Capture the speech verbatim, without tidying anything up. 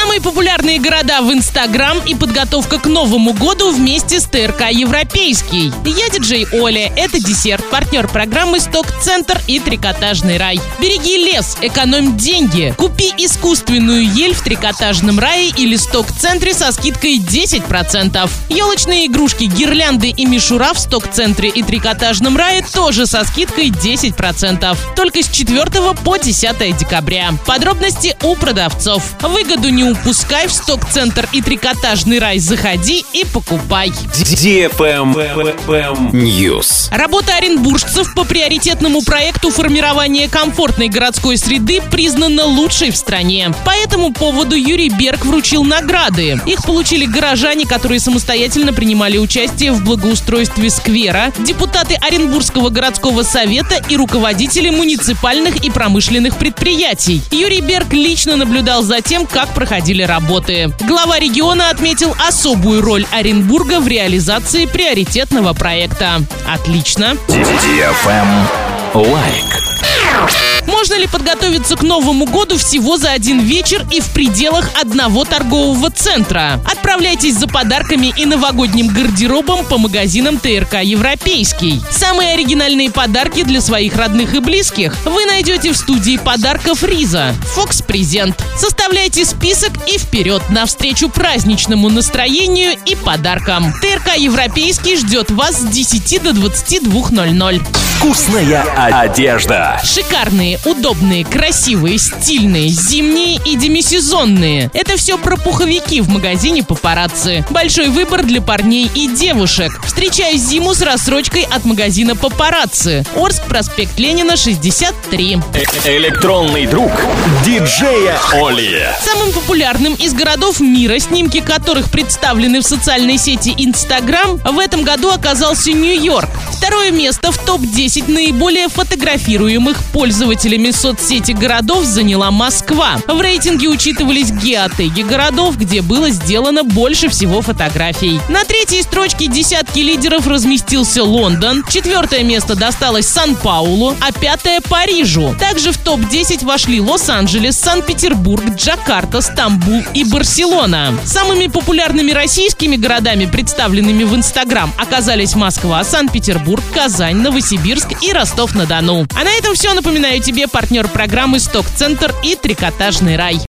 Самые популярные города в Инстаграм и подготовка к Новому году вместе с ТРК «Европейский». Я диджей Оля, это десерт, партнер программы «Сток-центр» и «Трикотажный рай». Береги лес, экономь деньги. Купи искусственную ель в «Трикотажном рае» или «Сток-центре» со скидкой десять процентов. Елочные игрушки, гирлянды и мишура в «Сток-центре» и «Трикотажном рае» тоже со скидкой десять процентов. Только с четвёртого по десятое декабря. Подробности у продавцов. Выгоду не упускай, в «Сток-центр» и «Трикотажный рай» заходи и покупай. News. Работа оренбуржцев по приоритетному проекту формирования комфортной городской среды признана лучшей в стране. По этому поводу Юрий Берг вручил награды. Их получили горожане, которые самостоятельно принимали участие в благоустройстве сквера, депутаты Оренбургского городского совета и руководители муниципальных и промышленных предприятий. Юрий Берг лично наблюдал за тем, как проходили работы. Глава региона отметил особую роль Оренбурга в реализации приоритетного проекта. Отлично. Лайк. Можно ли подготовиться к Новому году всего за один вечер и в пределах одного торгового центра? Отправляйтесь за подарками и новогодним гардеробом по магазинам ТРК «Европейский». Самые оригинальные подарки для своих родных и близких вы найдете в студии подарков Риза «Фокс Презент». Составляйте список и вперед навстречу праздничному настроению и подаркам. ТРК «Европейский» ждет вас с десяти до двадцати двух ноль-ноль. Вкусная одежда. Шикарные, удобные, красивые, стильные, зимние и демисезонные. Это все про пуховики в магазине «Папарацци». Большой выбор для парней и девушек. Встречай зиму с рассрочкой от магазина «Папарацци». Орск, проспект Ленина, шестьдесят три. Электронный друг диджея Оли. Самым популярным из городов мира, снимки которых представлены в социальной сети Инстаграм, в этом году оказался Нью-Йорк. Второе место в топ десять наиболее фотографируемых пользователями соцсети городов заняла Москва. В рейтинге учитывались геотеги городов, где было сделано больше всего фотографий. На третьей строчке десятки лидеров разместился Лондон, четвертое место досталось Сан-Паулу, а пятое – Парижу. Также в топ десять вошли Лос-Анджелес, Санкт-Петербург, Джакарта, Стамбул и Барселона. Самыми популярными российскими городами, представленными в Инстаграм, оказались Москва, Санкт-Петербург, Казань, Новосибирск и Ростов-на-Дону. А на этом все. Напоминаю тебе партнер программы «Сток-центр» и «Трикотажный рай».